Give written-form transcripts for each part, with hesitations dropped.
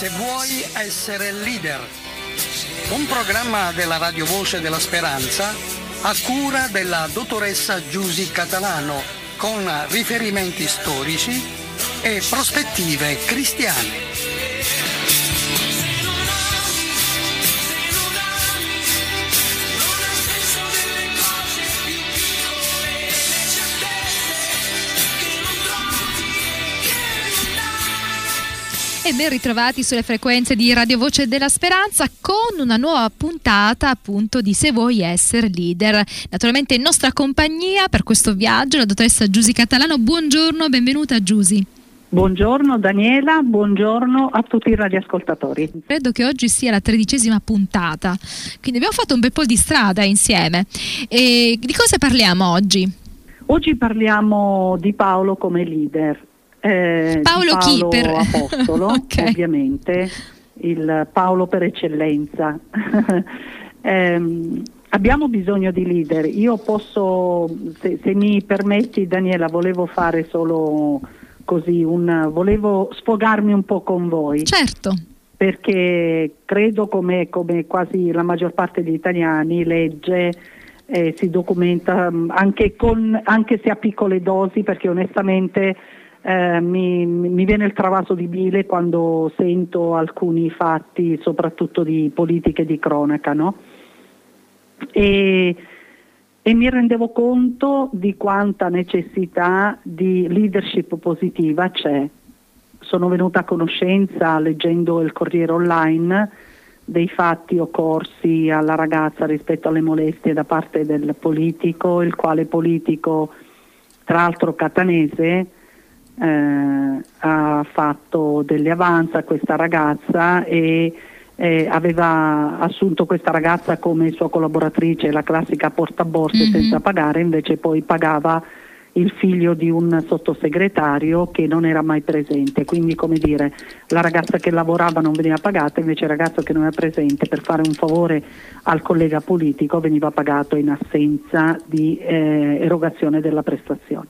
Se vuoi essere leader, un programma della Radio Voce della Speranza a cura della dottoressa Giusy Catalano con riferimenti storici e prospettive cristiane. E ben ritrovati sulle frequenze di Radio Voce della Speranza con una nuova puntata appunto di Se vuoi essere leader. Naturalmente in nostra compagnia per questo viaggio la dottoressa Giusy Catalano. Buongiorno, benvenuta Giusy. Buongiorno Daniela, buongiorno a tutti i radioascoltatori. Credo che oggi sia la 13ª puntata, quindi abbiamo fatto un bel po' di strada insieme. E di cosa parliamo oggi? Oggi parliamo di Paolo come leader. Paolo chi? Apostolo, okay. Ovviamente, il Paolo per eccellenza. Abbiamo bisogno di leader. Io posso, se mi permetti Daniela, volevo fare solo così, volevo sfogarmi un po' con voi. Certo. Perché credo come quasi la maggior parte degli italiani legge, si documenta anche se a piccole dosi, perché onestamente mi viene il travaso di bile quando sento alcuni fatti, soprattutto di politica e di cronaca, no? E mi rendevo conto di quanta necessità di leadership positiva c'è. Sono venuta a conoscenza, leggendo il Corriere Online, dei fatti occorsi alla ragazza rispetto alle molestie da parte del politico, il quale politico, tra l'altro catanese, ha fatto delle avanze a questa ragazza e aveva assunto questa ragazza come sua collaboratrice, la classica portaborse senza pagare, invece poi pagava il figlio di un sottosegretario che non era mai presente, quindi come dire, la ragazza che lavorava non veniva pagata, invece il ragazzo che non era presente per fare un favore al collega politico veniva pagato in assenza di erogazione della prestazione.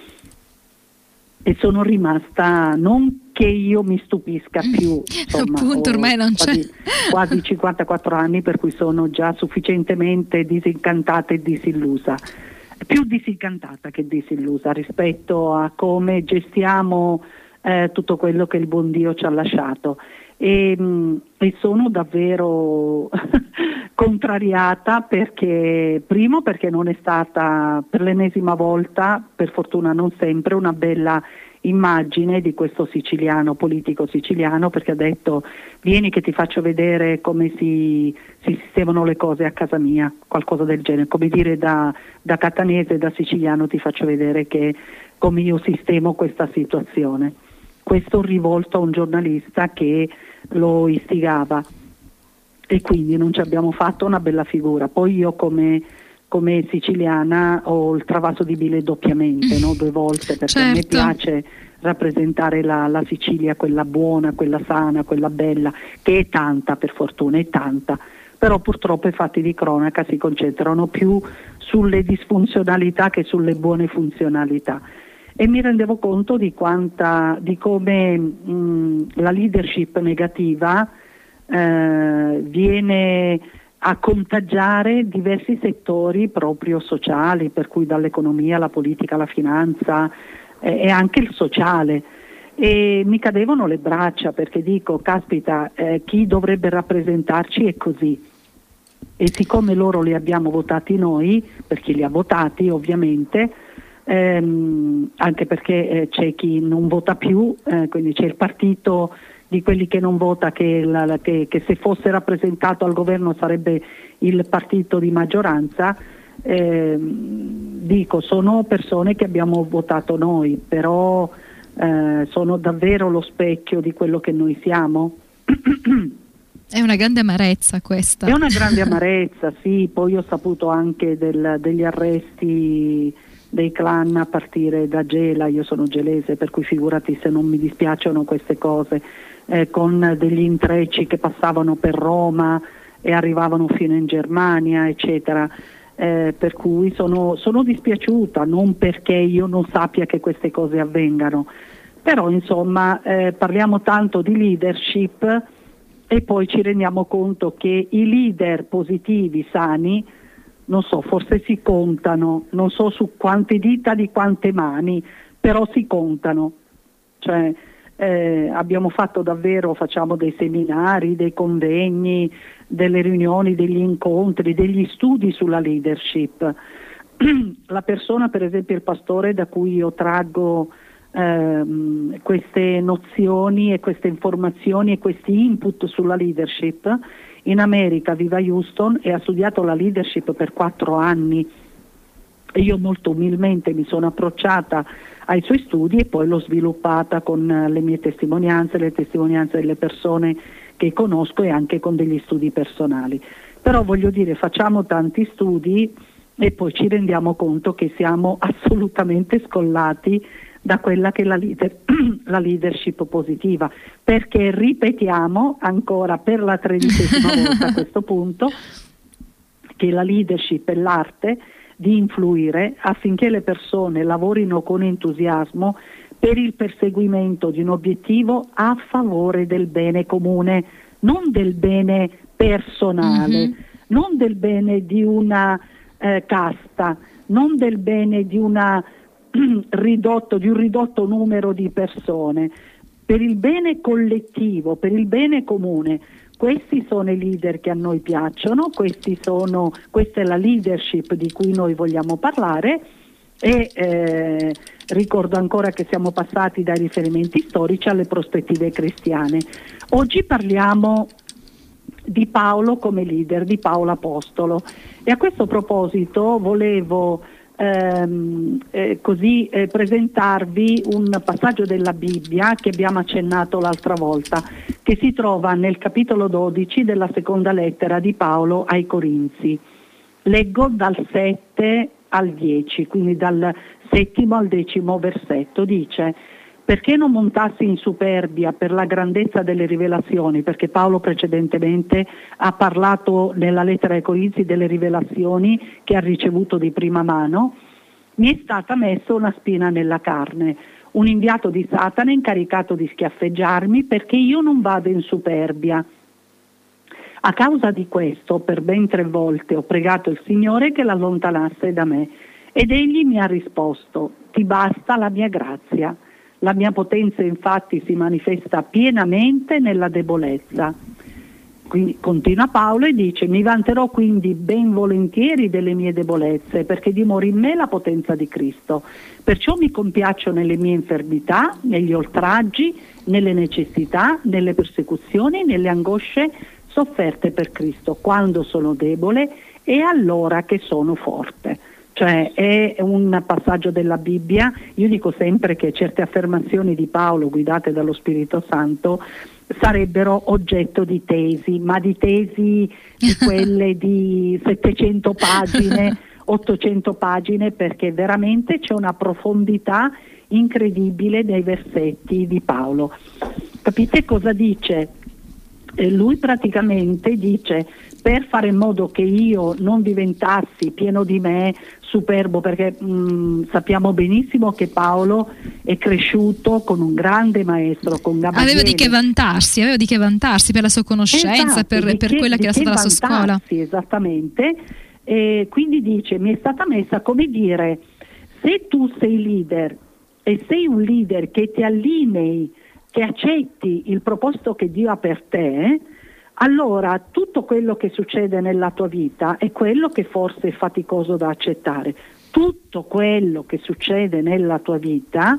E sono rimasta, non che io mi stupisca più, insomma, appunto ormai non c'è quasi 54 anni, per cui sono già sufficientemente disincantata e disillusa, più disincantata che disillusa rispetto a come gestiamo tutto quello che il buon Dio ci ha lasciato. E sono davvero contrariata perché non è stata per l'ennesima volta, per fortuna non sempre, una bella immagine di questo siciliano, politico siciliano, perché ha detto: vieni che ti faccio vedere come si sistemano le cose a casa mia, qualcosa del genere, come dire da catanese, da siciliano ti faccio vedere come io sistemo questa situazione. Questo rivolto a un giornalista che lo istigava, e quindi non ci abbiamo fatto una bella figura. Poi io come siciliana ho il travaso di bile doppiamente, no? 2 volte, perché certo. A me piace rappresentare la Sicilia, quella buona, quella sana, quella bella, che è tanta, per fortuna è tanta, però purtroppo i fatti di cronaca si concentrano più sulle disfunzionalità che sulle buone funzionalità. E mi rendevo conto di come la leadership negativa viene a contagiare diversi settori proprio sociali, per cui dall'economia alla politica alla finanza e anche il sociale. E mi cadevano le braccia, perché dico, caspita, chi dovrebbe rappresentarci è così. E siccome loro li abbiamo votati noi, perché li ha votati ovviamente, anche perché c'è chi non vota più, quindi c'è il partito di quelli che non vota che se fosse rappresentato al governo sarebbe il partito di maggioranza. Dico, sono persone che abbiamo votato noi, però sono davvero lo specchio di quello che noi siamo. È una grande amarezza questa. È una grande amarezza, sì. Poi ho saputo anche degli arresti dei clan a partire da Gela. Io sono gelese, per cui figurati se non mi dispiacciono queste cose, con degli intrecci che passavano per Roma e arrivavano fino in Germania, eccetera. Per cui sono dispiaciuta, non perché io non sappia che queste cose avvengano, Però insomma parliamo tanto di leadership e poi ci rendiamo conto che i leader positivi, sani, non so, forse si contano, non so su quante dita di quante mani, però si contano. Cioè facciamo dei seminari, dei convegni, delle riunioni, degli incontri, degli studi sulla leadership. La persona, per esempio il pastore da cui io traggo queste nozioni e queste informazioni e questi input sulla leadership, in America vive a Houston e ha studiato la leadership per 4 anni e io molto umilmente mi sono approcciata ai suoi studi e poi l'ho sviluppata con le mie testimonianze, le testimonianze delle persone che conosco e anche con degli studi personali. Però voglio dire, facciamo tanti studi e poi ci rendiamo conto che siamo assolutamente scollati da quella che è la leadership positiva, perché ripetiamo ancora per la 13ª volta a questo punto che la leadership è l'arte di influire affinché le persone lavorino con entusiasmo per il perseguimento di un obiettivo a favore del bene comune, non del bene personale, non del bene di una casta, non del bene di un ridotto numero di persone, per il bene collettivo, per il bene comune. Questi sono i leader che a noi piacciono, questa è la leadership di cui noi vogliamo parlare e ricordo ancora che siamo passati dai riferimenti storici alle prospettive cristiane. Oggi parliamo di Paolo come leader, di Paolo Apostolo, e a questo proposito volevo presentarvi un passaggio della Bibbia che abbiamo accennato l'altra volta, che si trova nel capitolo 12 della seconda lettera di Paolo ai Corinzi. Leggo dal 7 al 10, quindi dal 7° al 10° versetto. Dice: perché non montassi in superbia per la grandezza delle rivelazioni, perché Paolo precedentemente ha parlato nella lettera ai Corinzi delle rivelazioni che ha ricevuto di prima mano, mi è stata messa una spina nella carne, un inviato di Satana incaricato di schiaffeggiarmi perché io non vado in superbia. A causa di questo, per ben 3 volte ho pregato il Signore che l'allontanasse da me, ed egli mi ha risposto: ti basta la mia grazia. La mia potenza infatti si manifesta pienamente nella debolezza. Quindi continua Paolo e dice: mi vanterò quindi ben volentieri delle mie debolezze, perché dimora in me la potenza di Cristo. Perciò mi compiaccio nelle mie infermità, negli oltraggi, nelle necessità, nelle persecuzioni, nelle angosce sofferte per Cristo. Quando sono debole è allora che sono forte. Cioè è un passaggio della Bibbia. Io dico sempre che certe affermazioni di Paolo guidate dallo Spirito Santo sarebbero oggetto di tesi, ma di tesi di quelle di 700 pagine, 800 pagine, perché veramente c'è una profondità incredibile nei versetti di Paolo. Capite cosa dice? Lui praticamente dice: per fare in modo che io non diventassi pieno di me, superbo, perché sappiamo benissimo che Paolo è cresciuto con un grande maestro, con Gamaliele. Aveva di che vantarsi per la sua conoscenza, per quella che era stata la sua scuola. Esattamente, e quindi dice: mi è stata messa, come dire, se tu sei leader e sei un leader che ti allinei, che accetti il proposito che Dio ha per te, allora tutto quello che succede nella tua vita è quello che forse è faticoso da accettare. Tutto quello che succede nella tua vita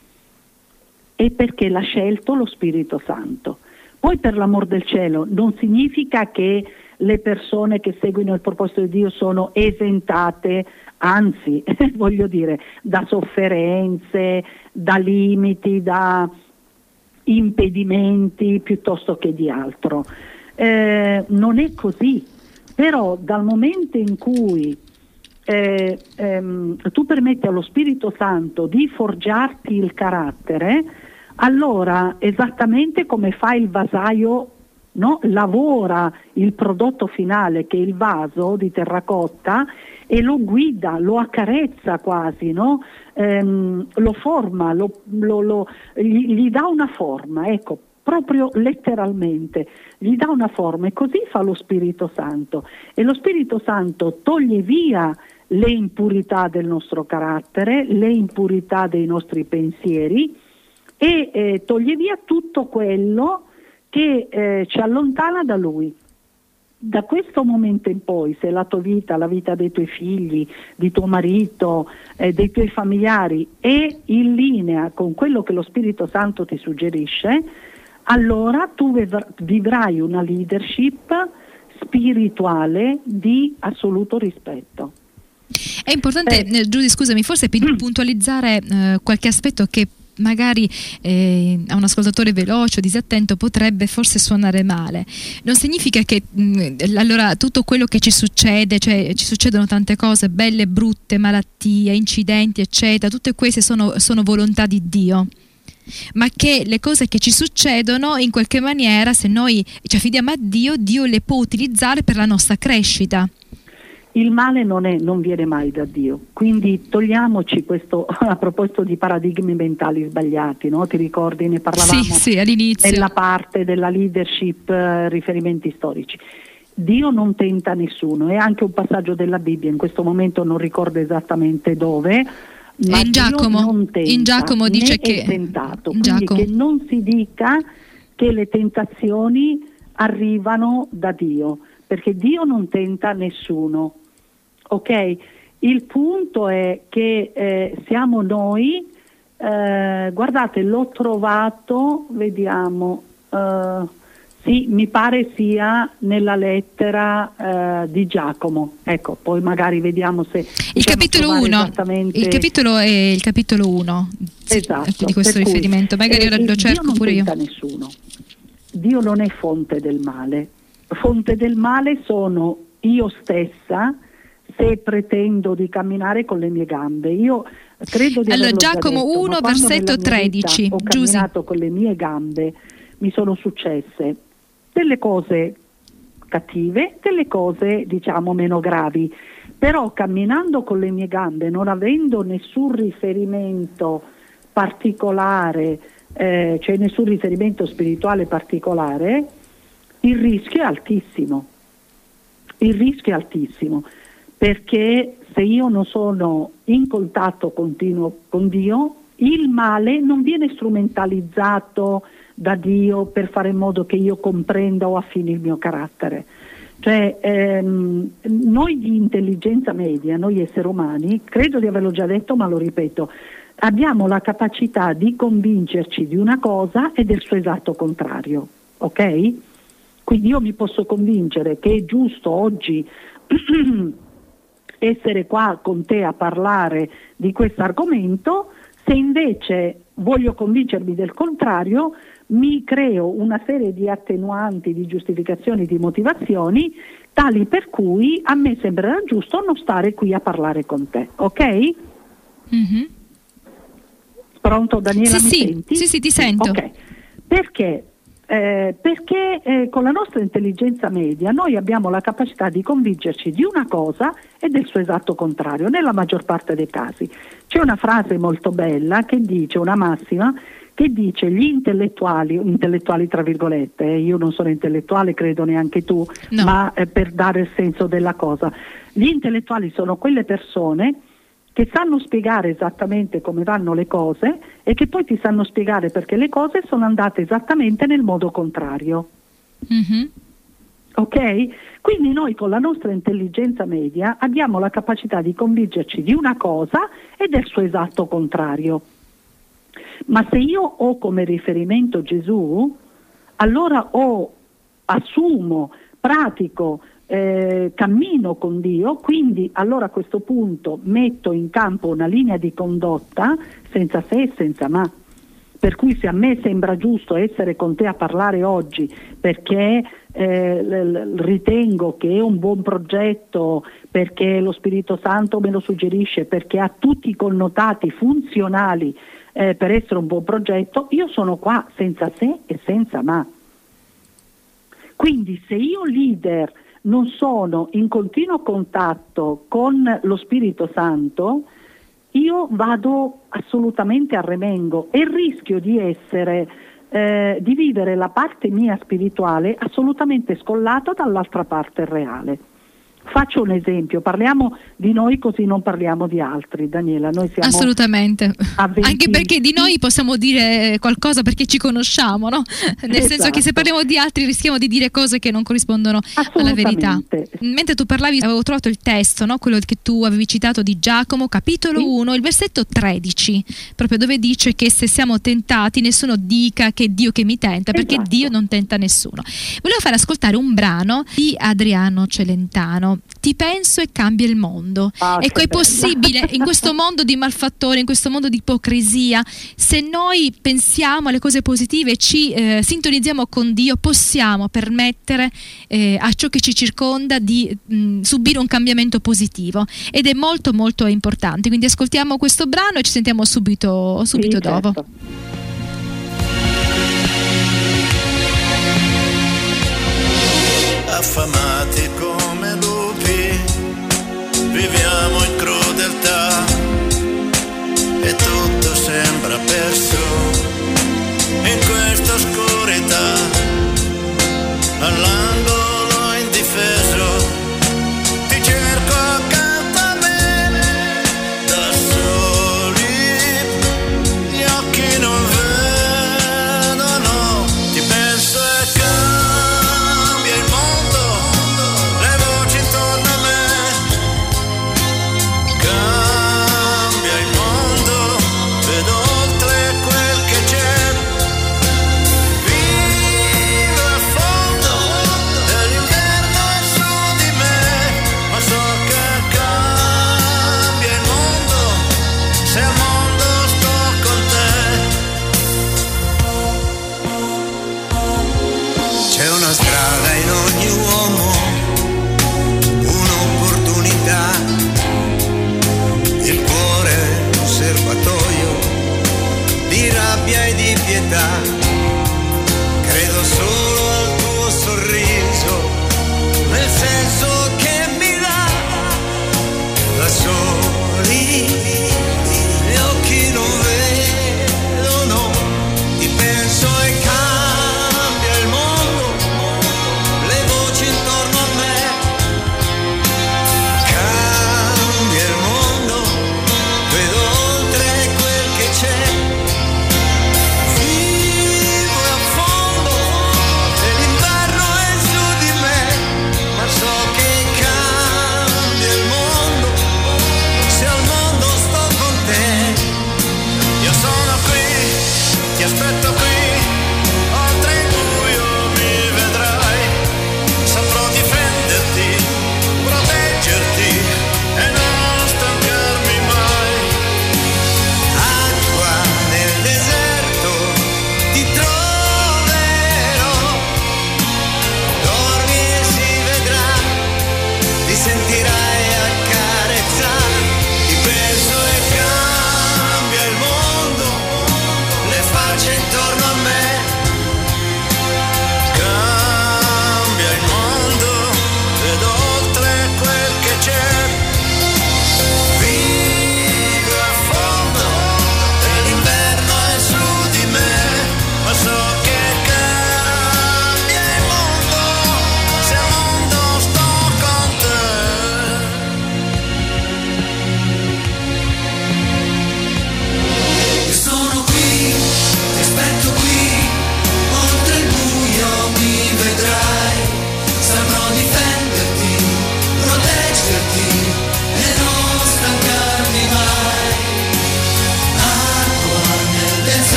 è perché l'ha scelto lo Spirito Santo. Poi, per l'amor del cielo, non significa che le persone che seguono il proposito di Dio sono esentate, anzi, voglio dire, da sofferenze, da limiti, da impedimenti piuttosto che di altro. Non è così, però dal momento in cui tu permetti allo Spirito Santo di forgiarti il carattere, allora esattamente come fa il vasaio, no? Lavora il prodotto finale che è il vaso di terracotta e lo guida, lo accarezza quasi, no? Lo forma, gli dà una forma, ecco, proprio letteralmente, gli dà una forma, e così fa lo Spirito Santo. E lo Spirito Santo toglie via le impurità del nostro carattere, le impurità dei nostri pensieri, e toglie via tutto quello che ci allontana da Lui. Da questo momento in poi, se la tua vita, la vita dei tuoi figli, di tuo marito, dei tuoi familiari è in linea con quello che lo Spirito Santo ti suggerisce, allora tu vivrai una leadership spirituale di assoluto rispetto. È importante, Giusy, scusami, forse puntualizzare qualche aspetto che magari a un ascoltatore veloce o disattento potrebbe forse suonare male. Non significa che allora tutto quello che ci succede, cioè ci succedono tante cose belle e brutte, malattie, incidenti eccetera, tutte queste sono volontà di Dio, ma che le cose che ci succedono in qualche maniera, se noi ci affidiamo a Dio, Dio le può utilizzare per la nostra crescita. Il male non viene mai da Dio, quindi togliamoci questo, a proposito di paradigmi mentali sbagliati, no? Ti ricordi, ne parlavamo sì, all'inizio, nella parte della leadership, riferimenti storici. Dio non tenta nessuno, è anche un passaggio della Bibbia, in questo momento non ricordo esattamente dove, ma in Giacomo, Dio non tenta, in Giacomo dice che è tentato, quindi che non si dica che le tentazioni arrivano da Dio, perché Dio non tenta nessuno. Ok, il punto è che siamo noi, guardate, l'ho trovato, vediamo, sì, mi pare sia nella lettera di Giacomo, ecco, poi magari vediamo se il capitolo 1, il capitolo è il capitolo 1, esatto, di questo riferimento, magari ora lo cerco pure io. Dio non tenta nessuno, Dio non è fonte del male sono io stessa, se pretendo di camminare con le mie gambe. Io credo di averlo Giacomo già detto, 1 versetto 13, ho camminato con le mie gambe, mi sono successe delle cose cattive, delle cose diciamo meno gravi, però camminando con le mie gambe, non avendo nessun riferimento particolare, cioè nessun riferimento spirituale particolare, il rischio è altissimo. Il rischio è altissimo, perché se io non sono in contatto continuo con Dio, il male non viene strumentalizzato da Dio per fare in modo che io comprenda o affini il mio carattere. Cioè, noi di intelligenza media, noi esseri umani, credo di averlo già detto ma lo ripeto, abbiamo la capacità di convincerci di una cosa e del suo esatto contrario, ok? Quindi io mi posso convincere che è giusto oggi essere qua con te a parlare di questo argomento, se invece voglio convincermi del contrario, mi creo una serie di attenuanti, di giustificazioni, di motivazioni, tali per cui a me sembrerà giusto non stare qui a parlare con te, ok? Mm-hmm. Pronto Daniela? Sì, mi senti? Sì, ti sento. Ok, perché con la nostra intelligenza media noi abbiamo la capacità di convincerci di una cosa e del suo esatto contrario, nella maggior parte dei casi. C'è una frase molto bella che dice, una massima, che dice gli intellettuali tra virgolette, io non sono intellettuale, credo neanche tu, no. Ma per dare il senso della cosa, gli intellettuali sono quelle persone che sanno spiegare esattamente come vanno le cose e che poi ti sanno spiegare perché le cose sono andate esattamente nel modo contrario. Mm-hmm. Ok? Quindi noi con la nostra intelligenza media abbiamo la capacità di convincerci di una cosa e del suo esatto contrario. Ma se io ho come riferimento Gesù, allora assumo, pratico, cammino con Dio, quindi allora a questo punto metto in campo una linea di condotta senza se e senza ma. Per cui se a me sembra giusto essere con te a parlare oggi perché ritengo che è un buon progetto, perché lo Spirito Santo me lo suggerisce, perché ha tutti i connotati funzionali per essere un buon progetto, io sono qua senza se e senza ma. Quindi se io leader non sono in continuo contatto con lo Spirito Santo, io vado assolutamente a remengo e rischio di essere di vivere la parte mia spirituale assolutamente scollata dall'altra parte reale. Faccio un esempio, parliamo di noi così non parliamo di altri, Daniela. Noi siamo assolutamente, anche perché di noi possiamo dire qualcosa perché ci conosciamo, no? Nel senso che se parliamo di altri rischiamo di dire cose che non corrispondono alla verità. Mentre tu parlavi avevo trovato il testo, no? Quello che tu avevi citato di Giacomo, capitolo 1, il versetto 13, proprio dove dice che se siamo tentati nessuno dica che è Dio che mi tenta, perché Dio non tenta nessuno. Volevo fare ascoltare un brano di Adriano Celentano, Ti penso e cambia il mondo. Ecco, è possibile in questo mondo di malfattori, in questo mondo di ipocrisia, se noi pensiamo alle cose positive e ci sintonizziamo con Dio, possiamo permettere a ciò che ci circonda di subire un cambiamento positivo, ed è molto molto importante. Quindi ascoltiamo questo brano e ci sentiamo subito dopo. Certo. Affamati come lupi, viviamo in crudeltà e tutto sembra perso in questa oscurità, all'angolo indifeso ti cerco accanto a me, da soli gli occhi non vedono, ti penso e cambia il mondo, le voci intorno a me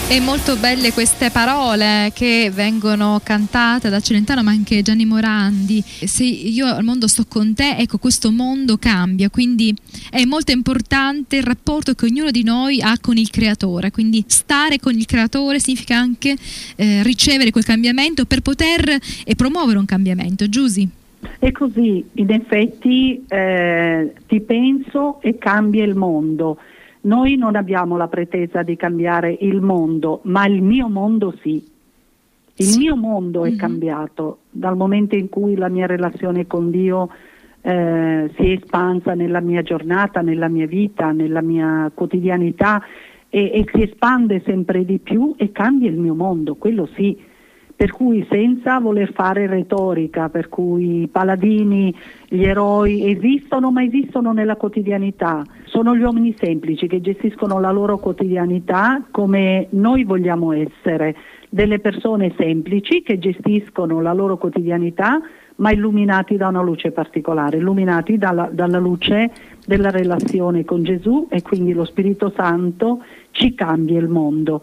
E molto belle queste parole che vengono cantate da Celentano, ma anche Gianni Morandi. Se io al mondo sto con te, ecco, questo mondo cambia, quindi è molto importante il rapporto che ognuno di noi ha con il creatore, quindi stare con il creatore significa anche ricevere quel cambiamento per poter promuovere un cambiamento. Giusy? È così, in effetti ti penso e cambia il mondo. Noi non abbiamo la pretesa di cambiare il mondo, ma il mio mondo sì. Il mio mondo è cambiato dal momento in cui la mia relazione con Dio si è espansa nella mia giornata, nella mia vita, nella mia quotidianità e si espande sempre di più e cambia il mio mondo, quello sì. Per cui senza voler fare retorica, per cui i paladini, gli eroi esistono, ma esistono nella quotidianità. Sono gli uomini semplici che gestiscono la loro quotidianità come noi vogliamo essere, delle persone semplici che gestiscono la loro quotidianità ma illuminati da una luce particolare, illuminati dalla luce della relazione con Gesù, e quindi lo Spirito Santo ci cambia il mondo.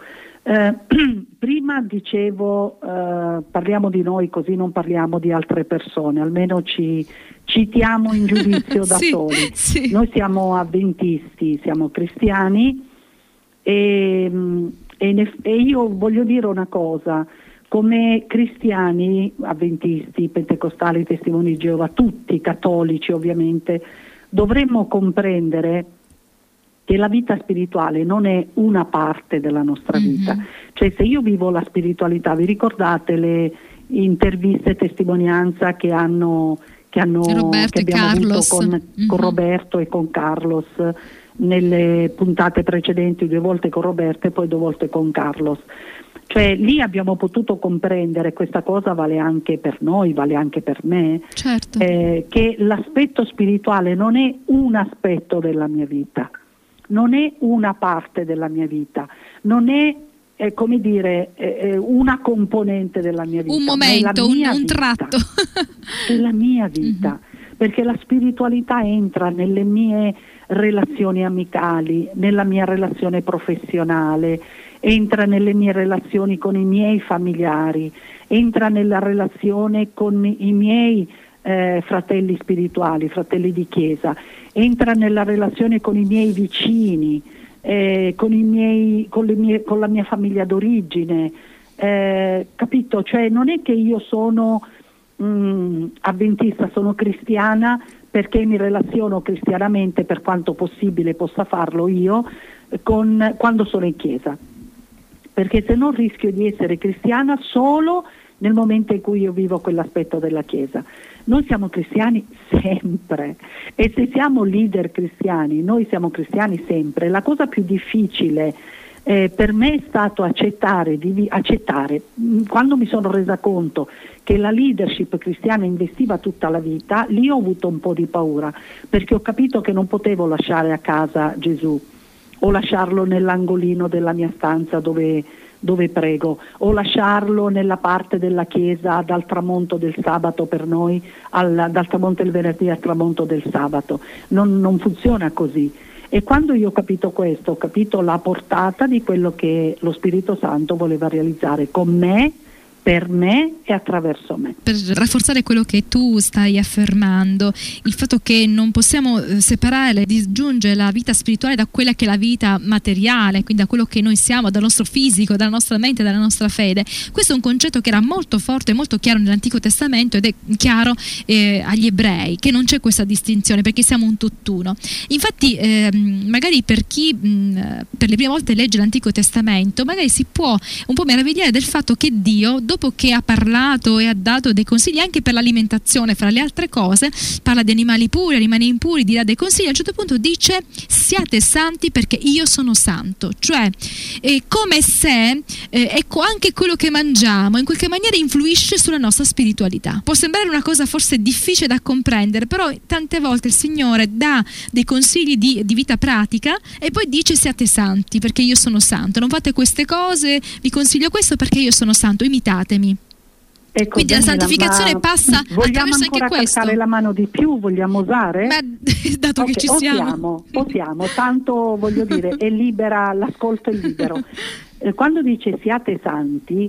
Prima dicevo parliamo di noi, così non parliamo di altre persone, almeno ci citiamo in giudizio da soli. Sì. Noi siamo avventisti, siamo cristiani e io voglio dire una cosa: come cristiani, avventisti, pentecostali, testimoni di Geova, tutti cattolici ovviamente, dovremmo comprendere che la vita spirituale non è una parte della nostra vita. Cioè, se io vivo la spiritualità, vi ricordate le interviste e testimonianza che abbiamo avuto con Roberto e con Carlos nelle puntate precedenti, 2 volte con Roberto e poi 2 volte con Carlos. Cioè, lì abbiamo potuto comprendere, questa cosa vale anche per noi, vale anche per me, certo, che l'aspetto spirituale non è un aspetto della mia vita, non è una parte della mia vita, non è come dire una componente della mia vita, un momento, un tratto è la mia vita, perché la spiritualità entra nelle mie relazioni amicali, nella mia relazione professionale, entra nelle mie relazioni con i miei familiari, entra nella relazione con i miei fratelli spirituali, fratelli di chiesa, entra nella relazione con i miei vicini, con la mia famiglia d'origine, capito? Cioè, non è che io sono avventista, sono cristiana perché mi relaziono cristianamente, per quanto possibile possa farlo io, quando sono in chiesa, perché se no rischio di essere cristiana solo nel momento in cui io vivo quell'aspetto della chiesa. Noi siamo cristiani sempre, e se siamo leader cristiani, noi siamo cristiani sempre. La cosa più difficile per me è stato accettare, quando mi sono resa conto che la leadership cristiana investiva tutta la vita, lì ho avuto un po' di paura, perché ho capito che non potevo lasciare a casa Gesù, o lasciarlo nell'angolino della mia stanza dove prego, o lasciarlo nella parte della chiesa dal tramonto del sabato per noi, dal tramonto del venerdì al tramonto del sabato. Non funziona così. E quando io ho capito questo, ho capito la portata di quello che lo Spirito Santo voleva realizzare con me, per me e attraverso me. Per rafforzare quello che tu stai affermando, il fatto che non possiamo separare, disgiungere la vita spirituale da quella che è la vita materiale, quindi da quello che noi siamo, dal nostro fisico, dalla nostra mente, dalla nostra fede. Questo è un concetto che era molto forte, molto chiaro nell'Antico Testamento, ed è chiaro agli ebrei, che non c'è questa distinzione, perché siamo un tutt'uno. Infatti magari per chi per le prime volte legge l'Antico Testamento, magari si può un po' meravigliare del fatto che Dio, dopo che ha parlato e ha dato dei consigli anche per l'alimentazione, fra le altre cose, parla di animali puri, animali impuri, dirà dei consigli, a un certo punto dice: siate santi perché io sono santo. Cioè è come se ecco, anche quello che mangiamo in qualche maniera influisce sulla nostra spiritualità. Può sembrare una cosa forse difficile da comprendere, però tante volte il Signore dà dei consigli di vita pratica e poi dice: siate santi perché io sono santo, non fate queste cose, vi consiglio questo perché io sono santo, imitatemi. Ecco, quindi la santificazione passa attraverso anche questo. Vogliamo ancora calcare la mano di più? Vogliamo osare? Dato che ci siamo. Possiamo, tanto voglio dire, è libera, l'ascolto è libero. quando dice siate santi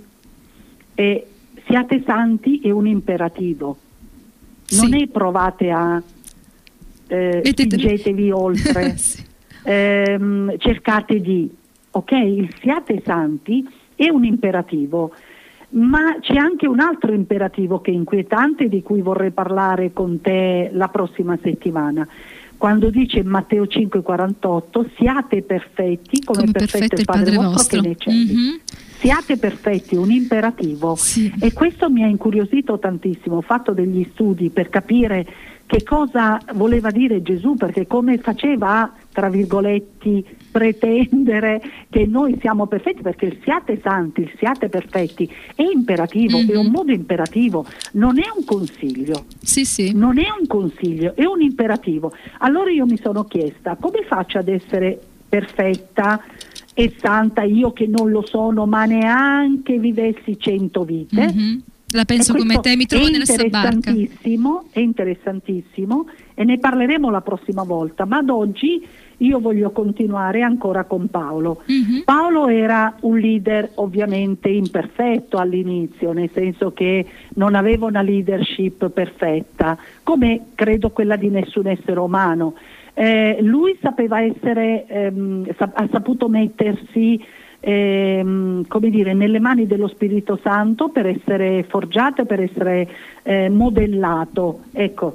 è un imperativo, non è provate a spingetevi oltre, sì. Cercate di, ok? Il siate santi è un imperativo, ma c'è anche un altro imperativo che è inquietante, di cui vorrei parlare con te la prossima settimana, quando dice in Matteo 5,48 siate perfetti come perfetto il Padre vostro che nei cieli. Mm-hmm. Siate perfetti, un imperativo, sì. E questo mi ha incuriosito tantissimo. Ho fatto degli studi per capire che cosa voleva dire Gesù, perché come faceva, tra virgoletti, pretendere che noi siamo perfetti, perché il siate santi, il siate perfetti è imperativo, è un modo imperativo, non è un consiglio. Sì. Non è un consiglio, è un imperativo. Allora io mi sono chiesta, come faccio ad essere perfetta e santa io che non lo sono, ma neanche vivessi 100 vite? Mm-hmm. La penso come te, mi trovo nella sua barca. È interessantissimo e ne parleremo la prossima volta, ma ad oggi io voglio continuare ancora con Paolo. Mm-hmm. Paolo era un leader ovviamente imperfetto all'inizio, nel senso che non aveva una leadership perfetta, come credo quella di nessun essere umano. Lui sapeva essere, ha saputo mettersi come dire, nelle mani dello Spirito Santo per essere forgiato, per essere modellato. Ecco,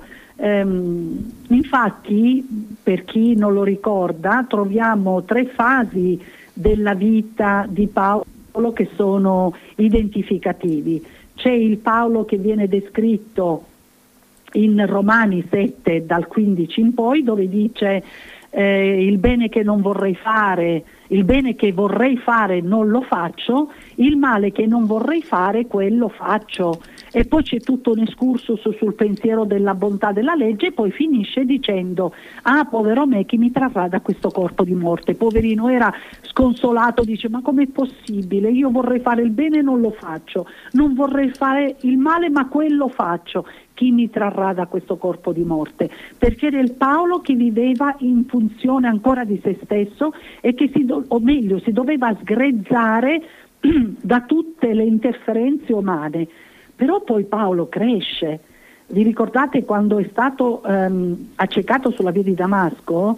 infatti, per chi non lo ricorda, troviamo 3 fasi della vita di Paolo che sono identificativi. C'è il Paolo che viene descritto in Romani 7 dal 15 in poi, dove dice il bene che non vorrei fare, il bene che vorrei fare non lo faccio, il male che non vorrei fare quello faccio. E poi c'è tutto un excursus sul pensiero della bontà della legge e poi finisce dicendo povero me, chi mi trarrà da questo corpo di morte. Poverino, era sconsolato, dice ma com'è possibile, io vorrei fare il bene e non lo faccio, non vorrei fare il male ma quello faccio, chi mi trarrà da questo corpo di morte? Perché era il Paolo che viveva in funzione ancora di se stesso e che si doveva sgrezzare da tutte le interferenze umane. Però poi Paolo cresce. Vi ricordate quando è stato accecato sulla via di Damasco?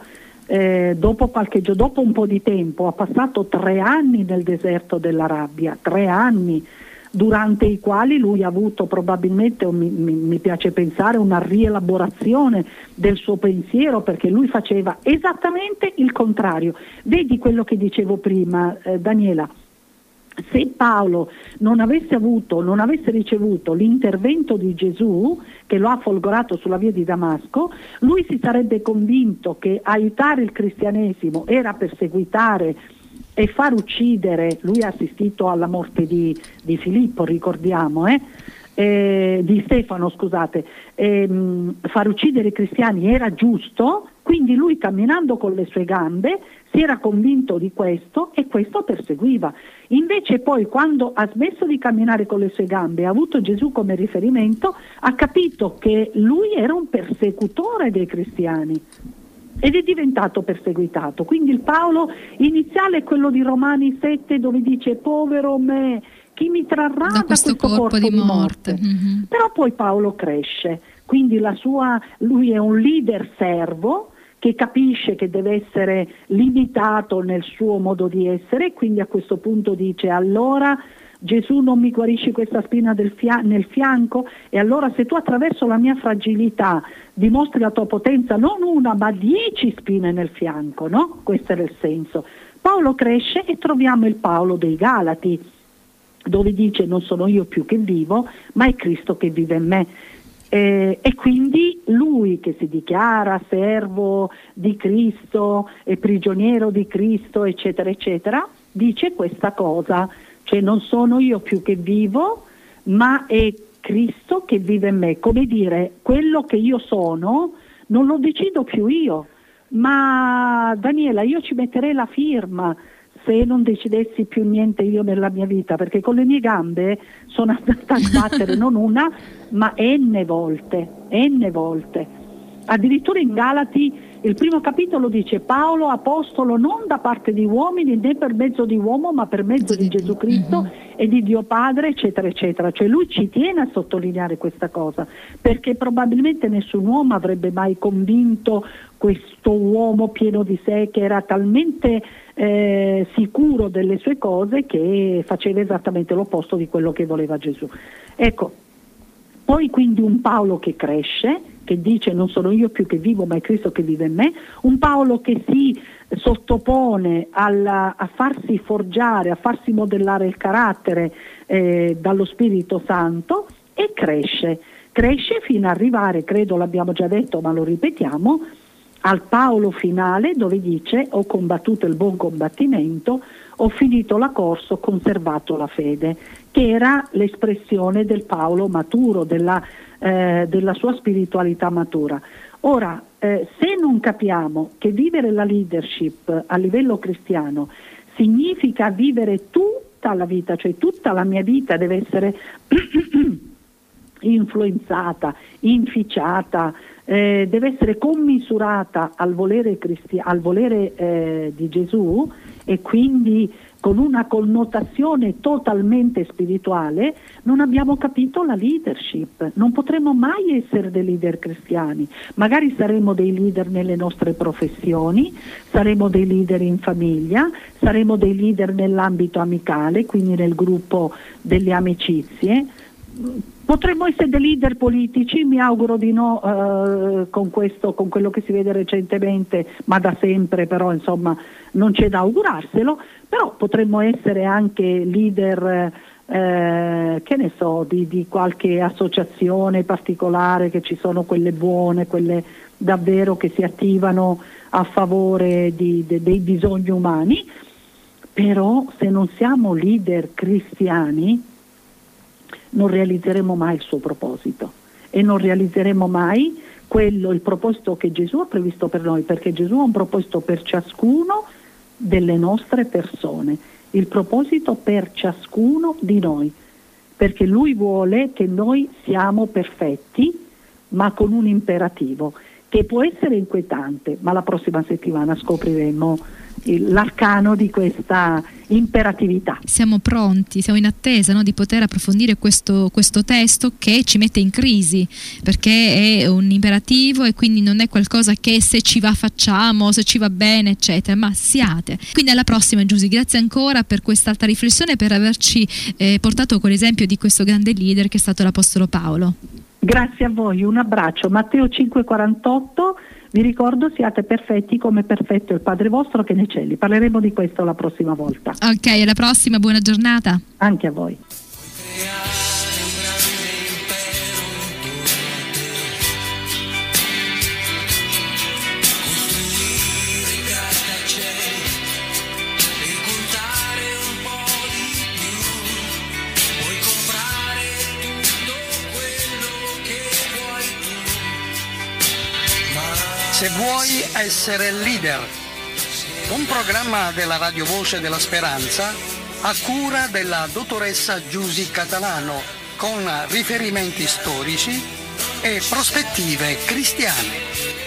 Dopo un po' di tempo ha passato 3 anni nel deserto dell'Arabia, 3 anni durante i quali lui ha avuto probabilmente, mi piace pensare, una rielaborazione del suo pensiero, perché lui faceva esattamente il contrario. Vedi quello che dicevo prima, Daniela. Se Paolo non avesse ricevuto l'intervento di Gesù, che lo ha folgorato sulla via di Damasco, lui si sarebbe convinto che aiutare il cristianesimo era perseguitare e far uccidere. Lui ha assistito alla morte di Filippo, ricordiamo, di Stefano, scusate, far uccidere i cristiani era giusto, quindi lui, camminando con le sue gambe, si era convinto di questo e questo perseguiva. Invece poi, quando ha smesso di camminare con le sue gambe, ha avuto Gesù come riferimento, ha capito che lui era un persecutore dei cristiani ed è diventato perseguitato. Quindi il Paolo iniziale è quello di Romani 7, dove dice povero me, chi mi trarrà da questo corpo di morte? Mm-hmm. Però poi Paolo cresce, quindi lui è un leader servo che capisce che deve essere limitato nel suo modo di essere, quindi a questo punto dice allora Gesù non mi guarisci questa spina nel fianco, e allora se tu attraverso la mia fragilità dimostri la tua potenza, non 1 ma 10 spine nel fianco, no? Questo era il senso. Paolo cresce e troviamo il Paolo dei Galati, dove dice non sono io più che vivo, ma è Cristo che vive in me. E quindi lui, che si dichiara servo di Cristo e prigioniero di Cristo, eccetera eccetera, dice questa cosa, cioè non sono io più che vivo, ma è Cristo che vive in me. Come dire, quello che io sono non lo decido più io, ma Daniela, io ci metterei la firma se non decidessi più niente io nella mia vita, perché con le mie gambe sono andata a sbattere non una ma n volte. Addirittura in Galati Il primo capitolo dice: Paolo, apostolo non da parte di uomini né per mezzo di uomo, ma per mezzo di Gesù Cristo e di Dio Padre, eccetera, eccetera. Cioè lui ci tiene a sottolineare questa cosa, perché probabilmente nessun uomo avrebbe mai convinto questo uomo pieno di sé, che era talmente sicuro delle sue cose che faceva esattamente l'opposto di quello che voleva Gesù. Ecco, poi quindi un Paolo che cresce, che dice: non sono io più che vivo, ma è Cristo che vive in me. Un Paolo che si sottopone a farsi forgiare, a farsi modellare il carattere dallo Spirito Santo, e cresce fino ad arrivare, credo l'abbiamo già detto ma lo ripetiamo, al Paolo finale, dove dice: ho combattuto il buon combattimento, ho finito la corsa, ho conservato la fede, che era l'espressione del Paolo maturo, della sua spiritualità matura. Ora, se non capiamo che vivere la leadership a livello cristiano significa vivere tutta la vita, cioè tutta la mia vita deve essere influenzata, inficiata, deve essere commisurata al volere di Gesù, e quindi con una connotazione totalmente spirituale, non abbiamo capito la leadership. Non potremo mai essere dei leader cristiani. Magari saremo dei leader nelle nostre professioni, saremo dei leader in famiglia, saremo dei leader nell'ambito amicale, quindi nel gruppo delle amicizie. Potremmo essere dei leader politici, mi auguro di no, con quello che si vede recentemente, ma da sempre, però insomma non c'è da augurarselo. Però potremmo essere anche leader, che ne so, di qualche associazione particolare, che ci sono quelle buone, quelle davvero che si attivano a favore dei bisogni umani. Però se non siamo leader cristiani non realizzeremo mai il suo proposito, e non realizzeremo mai il proposito che Gesù ha previsto per noi, perché Gesù ha un proposito per ciascuno delle nostre persone, il proposito per ciascuno di noi, perché Lui vuole che noi siamo perfetti, ma con un imperativo che può essere inquietante, ma la prossima settimana scopriremo l'arcano di questa imperatività. Siamo pronti, siamo in attesa, no, di poter approfondire questo testo che ci mette in crisi, perché è un imperativo e quindi non è qualcosa che se ci va facciamo, se ci va bene eccetera, ma siate. Quindi alla prossima Giusy, grazie ancora per quest'alta riflessione, per averci portato con l'esempio di questo grande leader che è stato l'Apostolo Paolo. Grazie a voi, un abbraccio. Matteo 5,48, vi ricordo: siate perfetti come perfetto il Padre vostro che è nei cieli. Parleremo di questo la prossima volta. Ok, alla prossima, buona giornata. Anche a voi. Se vuoi essere leader, un programma della Radio Voce della Speranza a cura della dottoressa Giusy Catalano, con riferimenti storici e prospettive cristiane.